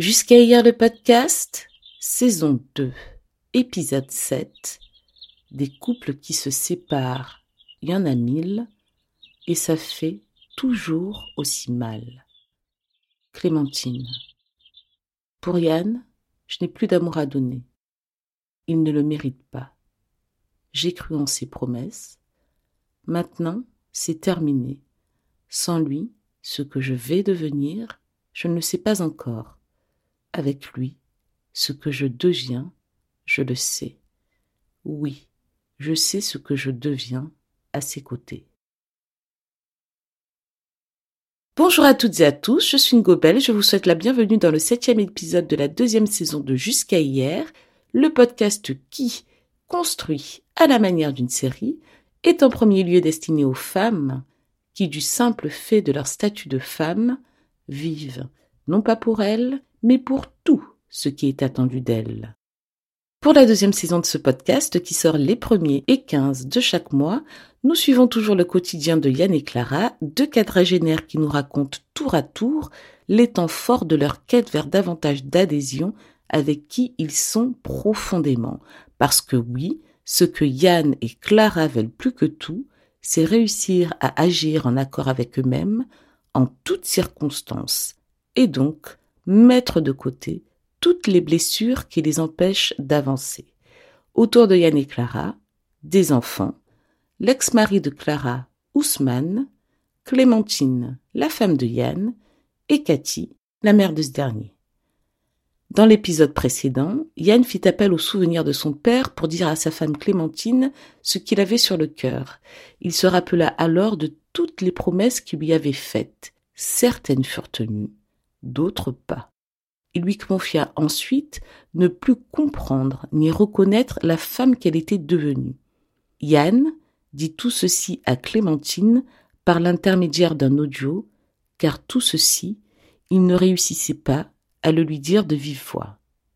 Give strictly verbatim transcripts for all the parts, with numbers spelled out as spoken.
Jusqu'à hier le podcast, saison deux, épisode sept, des couples qui se séparent, il y en a mille, et ça fait toujours aussi mal. Clémentine. Pour Yann, je n'ai plus d'amour à donner. Il ne le mérite pas. J'ai cru en ses promesses. Maintenant, c'est terminé. Sans lui, ce que je vais devenir, je ne le sais pas encore. Avec lui, ce que je deviens, je le sais. Oui, je sais ce que je deviens à ses côtés. Bonjour à toutes et à tous, je suis Ngobel, je vous souhaite la bienvenue dans le septième épisode de la deuxième saison de Jusqu'à hier, le podcast qui, construit à la manière d'une série, est en premier lieu destiné aux femmes qui, du simple fait de leur statut de femme, vivent, non pas pour elles, mais pour tout ce qui est attendu d'elles. Pour la deuxième saison de ce podcast, qui sort les premiers et quinze de chaque mois, nous suivons toujours le quotidien de Yann et Clara, deux quadragénaires qui nous racontent tour à tour les temps forts de leur quête vers davantage d'adhésion avec qui ils sont profondément. Parce que oui, ce que Yann et Clara veulent plus que tout, c'est réussir à agir en accord avec eux-mêmes, en toutes circonstances, et donc mettre de côté toutes les blessures qui les empêchent d'avancer. Autour de Yann et Clara, des enfants, l'ex-mari de Clara, Ousmane, Clémentine, la femme de Yann, et Cathy, la mère de ce dernier. Dans l'épisode précédent, Yann fit appel au souvenir de son père pour dire à sa femme Clémentine ce qu'il avait sur le cœur. Il se rappela alors de toutes les promesses qu'il lui avait faites. Certaines furent tenues, d'autres pas. Il lui confia ensuite ne plus comprendre ni reconnaître la femme qu'elle était devenue. Yann dit tout ceci à Clémentine par l'intermédiaire d'un audio, car tout ceci, il ne réussissait pas à le lui dire de vive voix.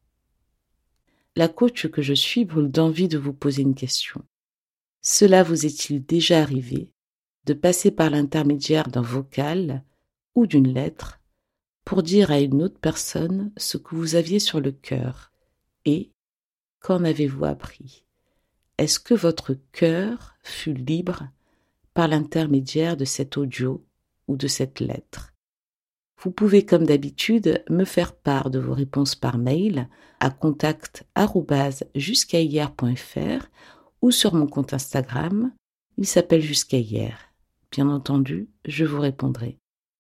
La coach que je suis brûle d'envie de vous poser une question. Cela vous est-il déjà arrivé de passer par l'intermédiaire d'un vocal ou d'une lettre pour dire à une autre personne ce que vous aviez sur le cœur? Et qu'en avez-vous appris? Est-ce que votre cœur fut libre par l'intermédiaire de cet audio ou de cette lettre? Vous pouvez, comme d'habitude, me faire part de vos réponses par mail à contact arobase jusqu'à hier point fr ou sur mon compte Instagram. Il s'appelle Jusqu'à hier. Bien entendu, je vous répondrai.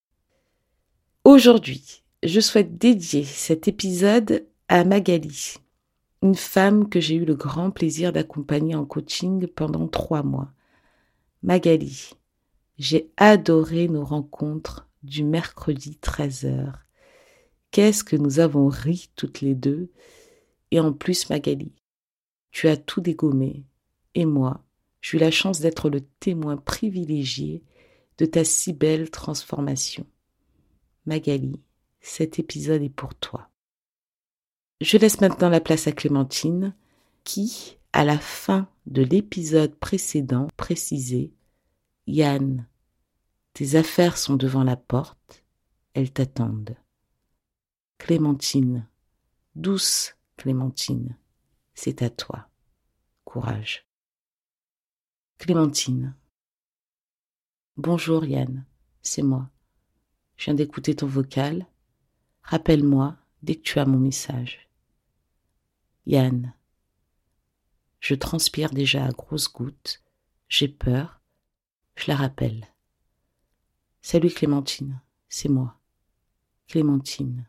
Aujourd'hui, je souhaite dédier cet épisode à Magali, une femme que j'ai eu le grand plaisir d'accompagner en coaching pendant trois mois. Magali, j'ai adoré nos rencontres du mercredi treize heures. Qu'est-ce que nous avons ri toutes les deux. Et en plus, Magali, tu as tout dégommé. Et moi, j'ai eu la chance d'être le témoin privilégié de ta si belle transformation. Magali, cet épisode est pour toi. Je laisse maintenant la place à Clémentine, qui, à la fin de l'épisode précédent, précisait « Yann, tes affaires sont devant la porte, elles t'attendent. » Clémentine, douce Clémentine, c'est à toi. Courage. Clémentine. Bonjour Yann, c'est moi. Je viens d'écouter ton vocal. Rappelle-moi dès que tu as mon message. Yann. Je transpire déjà à grosses gouttes. J'ai peur. Je la rappelle. Salut Clémentine, c'est moi. Clémentine.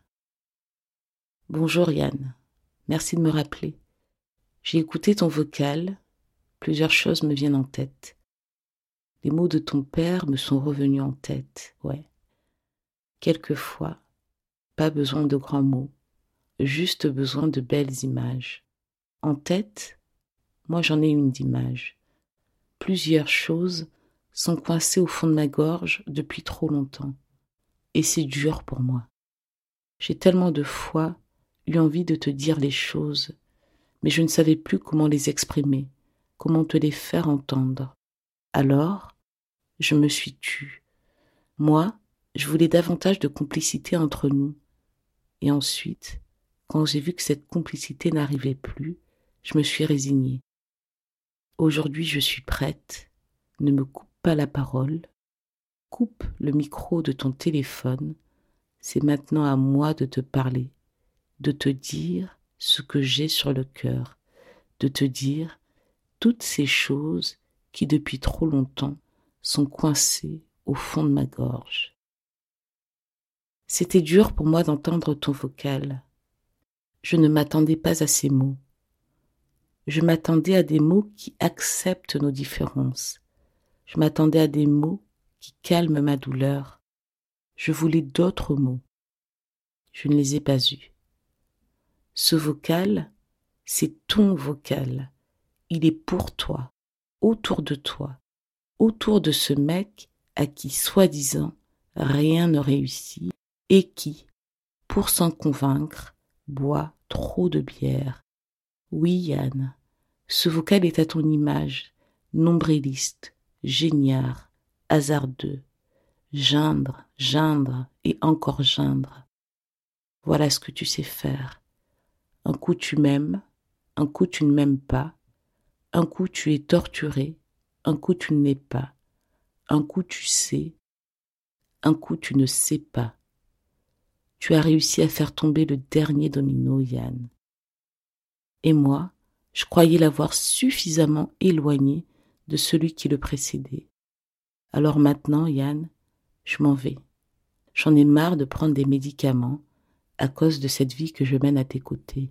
Bonjour Yann. Merci de me rappeler. J'ai écouté ton vocal. Plusieurs choses me viennent en tête. Les mots de ton père me sont revenus en tête, ouais. Quelquefois, pas besoin de grands mots, juste besoin de belles images. En tête, moi j'en ai une d'image. Plusieurs choses sont coincées au fond de ma gorge depuis trop longtemps. Et c'est dur pour moi. J'ai tellement de fois eu envie de te dire les choses, mais je ne savais plus comment les exprimer, comment te les faire entendre. Alors, je me suis tue. Moi, je voulais davantage de complicité entre nous. Et ensuite, quand j'ai vu que cette complicité n'arrivait plus, je me suis résignée. Aujourd'hui, je suis prête. Ne me coupe pas la parole. Coupe le micro de ton téléphone. C'est maintenant à moi de te parler, de te dire ce que j'ai sur le cœur, de te dire toutes ces choses qui depuis trop longtemps sont coincées au fond de ma gorge. C'était dur pour moi d'entendre ton vocal. Je ne m'attendais pas à ces mots. Je m'attendais à des mots qui acceptent nos différences. Je m'attendais à des mots qui calment ma douleur. Je voulais d'autres mots. Je ne les ai pas eus. Ce vocal, c'est ton vocal. Il est pour toi, autour de toi, autour de ce mec à qui, soi-disant, rien ne réussit et qui, pour s'en convaincre, boit trop de bière. Oui, Yann, ce vocal est à ton image, nombriliste, géniard, hasardeux, geindre, geindre et encore geindre. Voilà ce que tu sais faire. Un coup tu m'aimes, un coup tu ne m'aimes pas, un coup tu es torturé, un coup tu ne l'es pas, un coup tu sais, un coup tu ne sais pas. Tu as réussi à faire tomber le dernier domino, Yann. Et moi, je croyais l'avoir suffisamment éloigné de celui qui le précédait. Alors maintenant, Yann, je m'en vais. J'en ai marre de prendre des médicaments à cause de cette vie que je mène à tes côtés.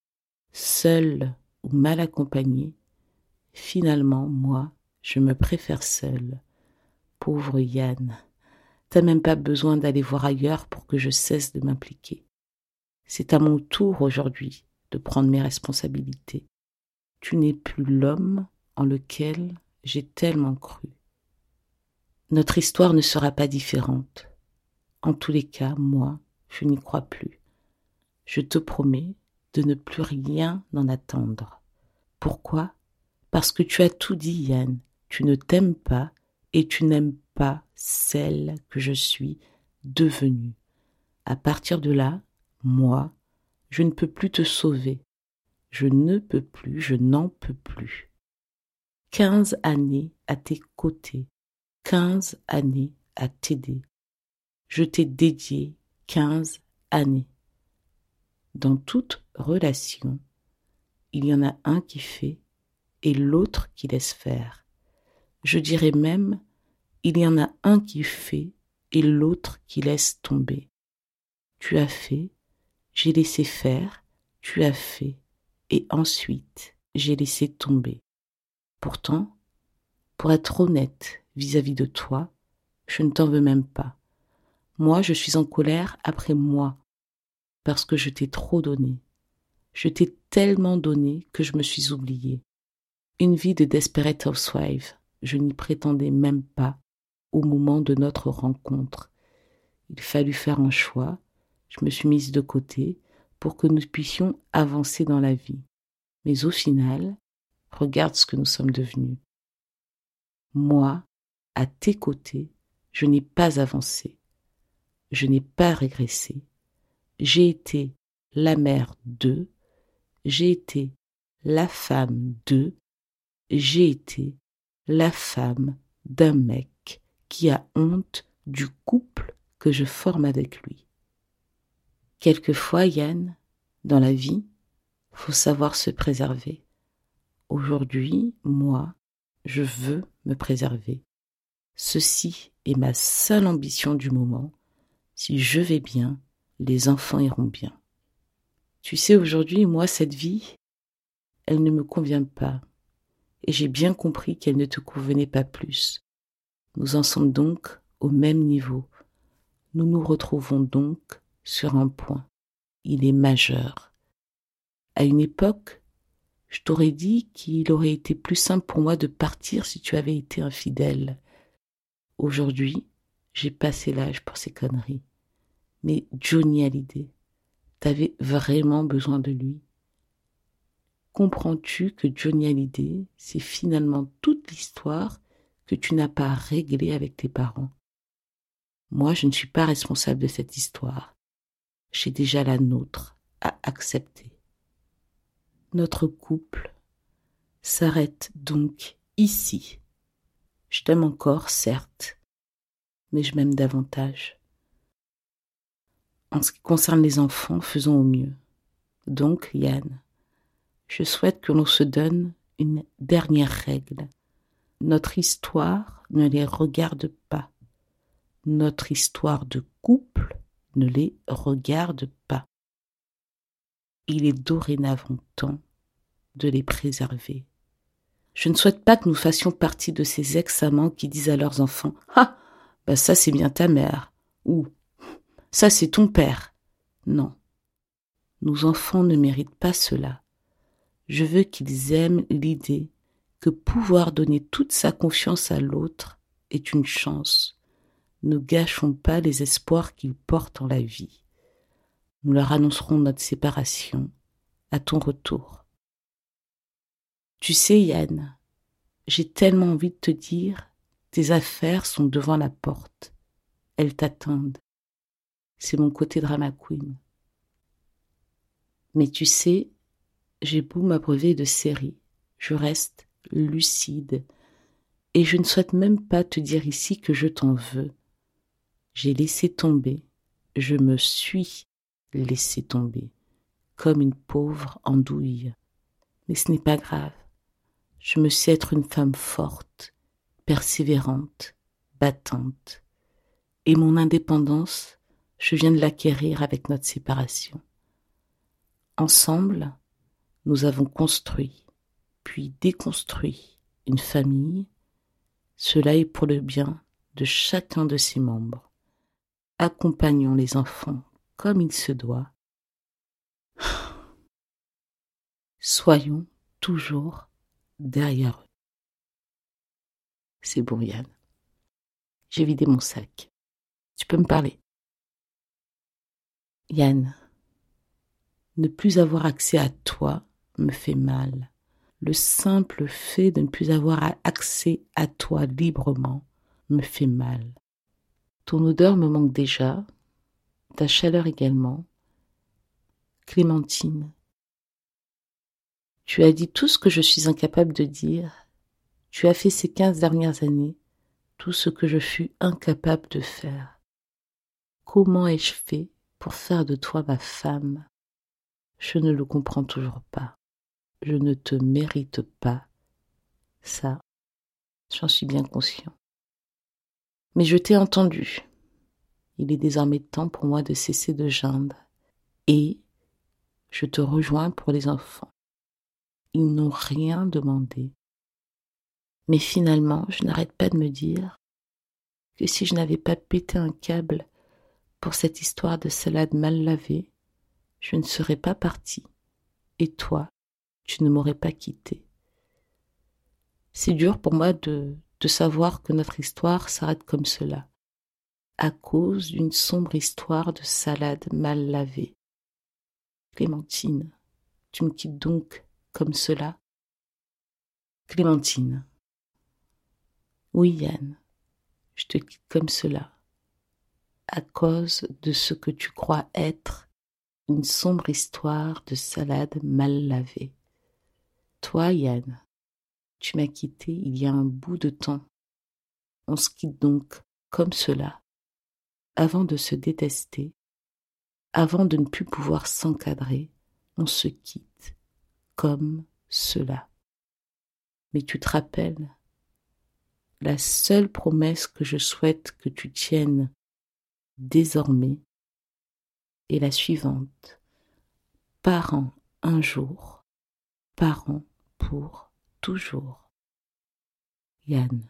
Seule ou mal accompagnée, finalement, moi, je me préfère seule. Pauvre Yann, t'as même pas besoin d'aller voir ailleurs pour que je cesse de m'impliquer. C'est à mon tour aujourd'hui de prendre mes responsabilités. Tu n'es plus l'homme en lequel j'ai tellement cru. Notre histoire ne sera pas différente. En tous les cas, moi, je n'y crois plus. Je te promets de ne plus rien en attendre. Pourquoi ? Parce que tu as tout dit, Yann. Tu ne t'aimes pas et tu n'aimes pas celle que je suis devenue. À partir de là, moi, je ne peux plus te sauver. Je ne peux plus, je n'en peux plus. Quinze années à tes côtés, quinze années à t'aider. Je t'ai dédié quinze années. Dans toute relation, il y en a un qui fait et l'autre qui laisse faire. Je dirais même, il y en a un qui fait et l'autre qui laisse tomber. Tu as fait, j'ai laissé faire, tu as fait, et ensuite j'ai laissé tomber. Pourtant, pour être honnête vis-à-vis de toi, je ne t'en veux même pas. Moi, je suis en colère après moi, parce que je t'ai trop donné. Je t'ai tellement donné que je me suis oubliée. Une vie de Desperate Housewife, je n'y prétendais même pas au moment de notre rencontre. Il fallut faire un choix, je me suis mise de côté pour que nous puissions avancer dans la vie. Mais au final, regarde ce que nous sommes devenus. Moi, à tes côtés, je n'ai pas avancé. Je n'ai pas régressé. J'ai été la mère d'eux, j'ai été la femme d'eux, j'ai été la femme d'un mec qui a honte du couple que je forme avec lui. Quelquefois, Yann, dans la vie, faut savoir se préserver. Aujourd'hui, moi, je veux me préserver. Ceci est ma seule ambition du moment. Si je vais bien, les enfants iront bien. Tu sais, aujourd'hui, moi, cette vie, elle ne me convient pas. Et j'ai bien compris qu'elle ne te convenait pas plus. Nous en sommes donc au même niveau. Nous nous retrouvons donc sur un point. Il est majeur. À une époque, je t'aurais dit qu'il aurait été plus simple pour moi de partir si tu avais été infidèle. Aujourd'hui, j'ai passé l'âge pour ces conneries. Mais Johnny Hallyday, t'avais vraiment besoin de lui. Comprends-tu que Johnny Hallyday, c'est finalement toute l'histoire que tu n'as pas réglée avec tes parents? Moi, je ne suis pas responsable de cette histoire. j'ai déjà la nôtre à accepter. Notre couple s'arrête donc ici. Je t'aime encore, certes, mais je m'aime davantage. En ce qui concerne les enfants, faisons au mieux. Donc, Yann, je souhaite que l'on se donne une dernière règle. Notre histoire ne les regarde pas. Notre histoire de couple ne les regarde pas. Il est dorénavant temps de les préserver. Je ne souhaite pas que nous fassions partie de ces ex-amants qui disent à leurs enfants « Ah, bah ça c'est bien ta mère » ou « Ça c'est ton père ». Non, nos enfants ne méritent pas cela. Je veux qu'ils aiment l'idée que pouvoir donner toute sa confiance à l'autre est une chance. Ne gâchons pas les espoirs qu'ils portent en la vie. Nous leur annoncerons notre séparation à ton retour. Tu sais, Yann, j'ai tellement envie de te dire, tes affaires sont devant la porte. Elles t'attendent. C'est mon côté drama queen. Mais tu sais, j'ai beau m'abreuver de séries, je reste lucide et je ne souhaite même pas te dire ici que je t'en veux. J'ai laissé tomber, je me suis laissé tomber, comme une pauvre andouille. Mais ce n'est pas grave, je me sais être une femme forte, persévérante, battante. Et mon indépendance, je viens de l'acquérir avec notre séparation. Ensemble, nous avons construit, puis déconstruit une famille. Cela est pour le bien de chacun de ses membres. Accompagnons les enfants comme il se doit. Soyons toujours derrière eux. C'est bon, Yann. J'ai vidé mon sac. Tu peux me parler. Yann, ne plus avoir accès à toi me fait mal. Le simple fait de ne plus avoir accès à toi librement me fait mal. Ton odeur me manque déjà, ta chaleur également. Clémentine, tu as dit tout ce que je suis incapable de dire. Tu as fait ces quinze dernières années tout ce que je fus incapable de faire. Comment ai-je fait pour faire de toi ma femme ? Je ne le comprends toujours pas. Je ne te mérite pas. Ça, j'en suis bien conscient. Mais je t'ai entendu. Il est désormais temps pour moi de cesser de geindre. Et je te rejoins pour les enfants. Ils n'ont rien demandé. Mais finalement, je n'arrête pas de me dire que si je n'avais pas pété un câble pour cette histoire de salade mal lavée, je ne serais pas partie. Et toi, tu ne m'aurais pas quitté. C'est dur pour moi de, de savoir que notre histoire s'arrête comme cela, à cause d'une sombre histoire de salade mal lavée. Clémentine, tu me quittes donc comme cela ? Clémentine. Oui, Yann, je te quitte comme cela, à cause de ce que tu crois être une sombre histoire de salade mal lavée. Toi, Yann, tu m'as quitté il y a un bout de temps. On se quitte donc comme cela, avant de se détester, avant de ne plus pouvoir s'encadrer, on se quitte comme cela. Mais tu te rappelles, la seule promesse que je souhaite que tu tiennes désormais est la suivante. Parents un jour, parents pour toujours. Yann.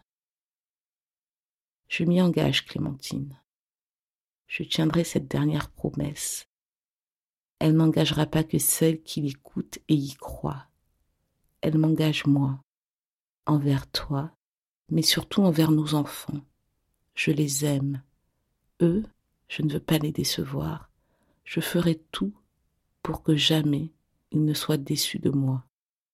Je m'y engage, Clémentine. Je tiendrai cette dernière promesse. Elle n'engagera pas que celle qui l'écoute et y croit. Elle m'engage moi, envers toi, mais surtout envers nos enfants. Je les aime. Eux, je ne veux pas les décevoir. Je ferai tout pour que jamais ils ne soient déçus de moi.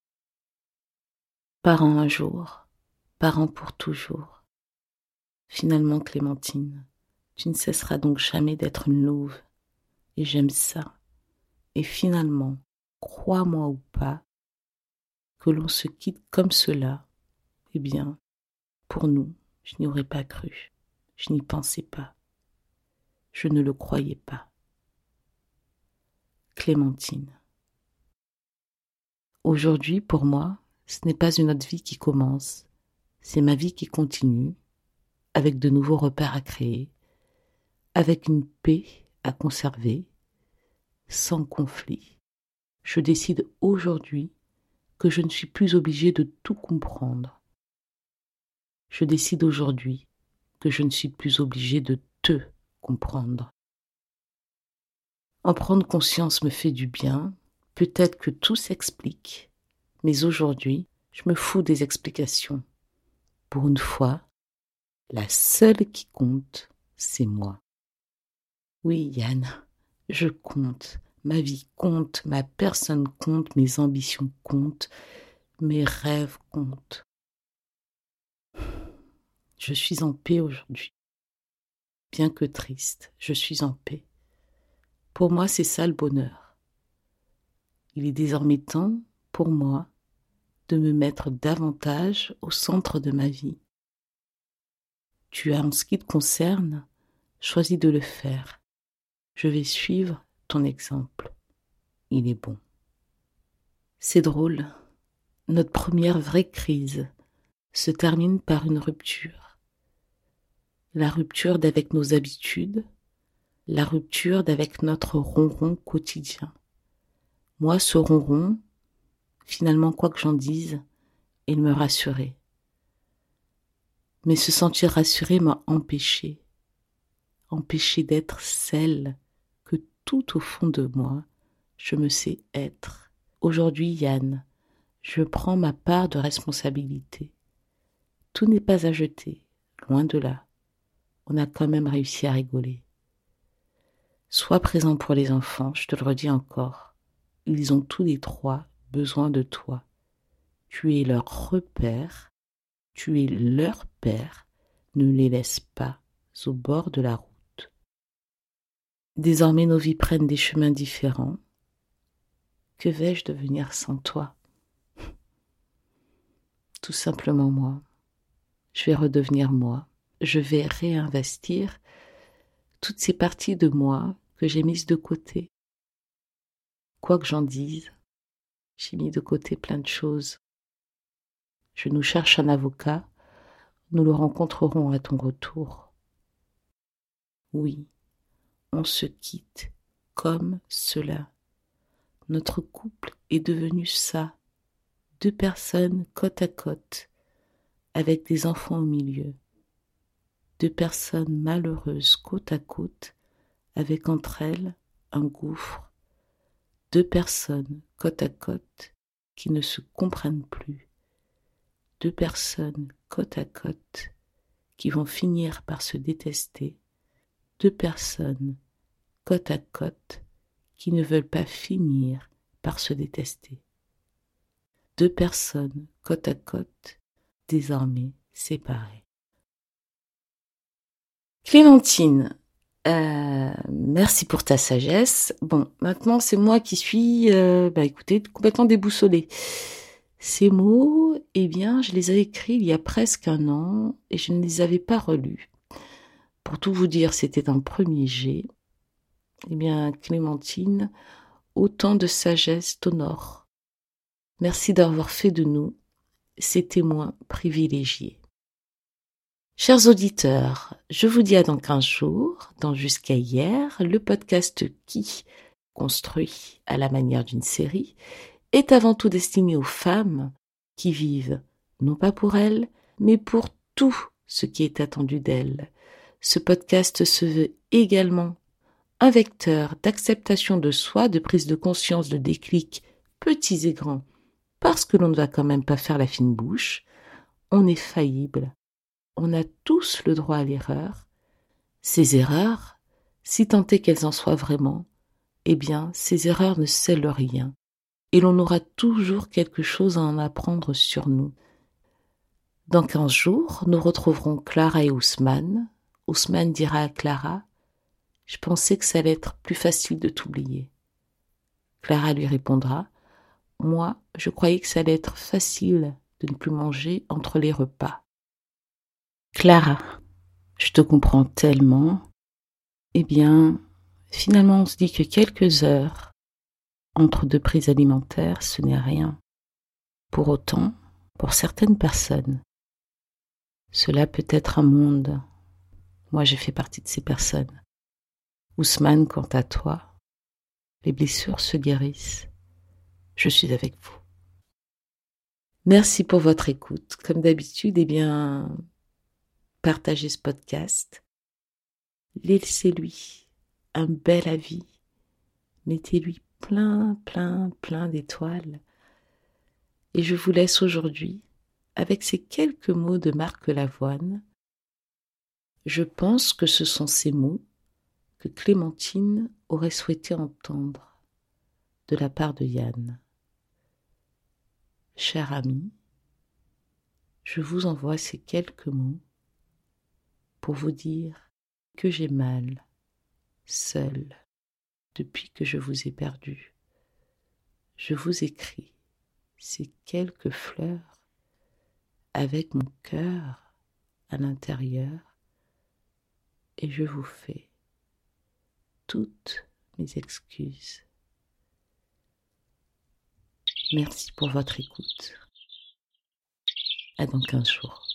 Parents un jour, parents pour toujours. Finalement, Clémentine, tu ne cesseras donc jamais d'être une louve. Et j'aime ça. Et finalement, crois-moi ou pas, que l'on se quitte comme cela, eh bien, pour nous, je n'y aurais pas cru. Je n'y pensais pas. Je ne le croyais pas. Clémentine. Aujourd'hui, pour moi, ce n'est pas une autre vie qui commence. C'est ma vie qui continue, avec de nouveaux repères à créer, avec une paix à conserver, sans conflit. Je décide aujourd'hui que je ne suis plus obligée de tout comprendre. Je décide aujourd'hui que je ne suis plus obligée de te comprendre. En prendre conscience me fait du bien, peut-être que tout s'explique, mais aujourd'hui, je me fous des explications. Pour une fois, la seule qui compte, c'est moi. Oui, Yann, je compte. Ma vie compte, ma personne compte, mes ambitions comptent, mes rêves comptent. Je suis en paix aujourd'hui. Bien que triste, je suis en paix. Pour moi, c'est ça le bonheur. Il est désormais temps, pour moi, de me mettre davantage au centre de ma vie. Tu as, en ce qui te concerne, choisi de le faire. Je vais suivre ton exemple. Il est bon. C'est drôle. Notre première vraie crise se termine par une rupture. La rupture d'avec nos habitudes, la rupture d'avec notre ronron quotidien. Moi, ce ronron, finalement, quoi que j'en dise, il me rassurait. Mais ce sentir rassuré m'a empêché, empêché d'être celle que tout au fond de moi, je me sais être. Aujourd'hui, Yann, je prends ma part de responsabilité. Tout n'est pas à jeter, loin de là. On a quand même réussi à rigoler. Sois présent pour les enfants, je te le redis encore. Ils ont tous les trois besoin de toi. Tu es leur repère, tu es leur père. Ne les laisse pas au bord de la route. Désormais, nos vies prennent des chemins différents. Que vais-je devenir sans toi ? Tout simplement moi. Je vais redevenir moi. Je vais réinvestir toutes ces parties de moi que j'ai mises de côté. Quoi que j'en dise, j'ai mis de côté plein de choses. Je nous cherche un avocat, nous le rencontrerons à ton retour. Oui, on se quitte comme cela. Notre couple est devenu ça, deux personnes côte à côte, avec des enfants au milieu. Deux personnes malheureuses côte à côte, avec entre elles un gouffre. Deux personnes côte à côte qui ne se comprennent plus. Deux personnes côte à côte qui vont finir par se détester. Deux personnes côte à côte qui ne veulent pas finir par se détester. Deux personnes côte à côte, désormais séparées. Clémentine, euh, merci pour ta sagesse. Bon, maintenant c'est moi qui suis, euh, bah écoutez, complètement déboussolée. Ces mots, eh bien, je les ai écrits il y a presque un an et je ne les avais pas relus. Pour tout vous dire, c'était un premier jet. Eh bien, Clémentine, autant de sagesse t'honore. Merci d'avoir fait de nous ces témoins privilégiés. Chers auditeurs, je vous dis à dans quinze jours, dans Jusqu'à hier, le podcast qui, construit à la manière d'une série, est avant tout destiné aux femmes qui vivent, non pas pour elles, mais pour tout ce qui est attendu d'elles. Ce podcast se veut également un vecteur d'acceptation de soi, de prise de conscience, de déclic, petits et grands, parce que l'on ne va quand même pas faire la fine bouche. On est faillible. On a tous le droit à l'erreur. Ces erreurs, si tant est qu'elles en soient vraiment, eh bien, ces erreurs ne scellent rien. Et l'on aura toujours quelque chose à en apprendre sur nous. Dans quinze jours, nous retrouverons Clara et Ousmane. Ousmane dira à Clara « Je pensais que ça allait être plus facile de t'oublier. Clara lui répondra, moi, je croyais que ça allait être facile de ne plus manger entre les repas. Clara, je te comprends tellement. Eh bien, finalement, on se dit que quelques heures entre deux prises alimentaires, ce n'est rien. Pour autant, pour certaines personnes, cela peut être un monde. Moi, j'ai fait partie de ces personnes. Ousmane, quant à toi, les blessures se guérissent. Je suis avec vous. Merci pour votre écoute. Comme d'habitude, eh bien, partagez ce podcast. Laissez-lui un bel avis. Mettez-lui plein, plein, plein d'étoiles. Et je vous laisse aujourd'hui avec ces quelques mots de Marc Lavoine. Je pense que ce sont ces mots que Clémentine aurait souhaité entendre de la part de Yann. Cher ami, je vous envoie ces quelques mots pour vous dire que j'ai mal, seul, depuis que je vous ai perdu. Je vous écris ces quelques fleurs avec mon cœur à l'intérieur et je vous fais toutes mes excuses. Merci pour votre écoute. À dans quinze jours.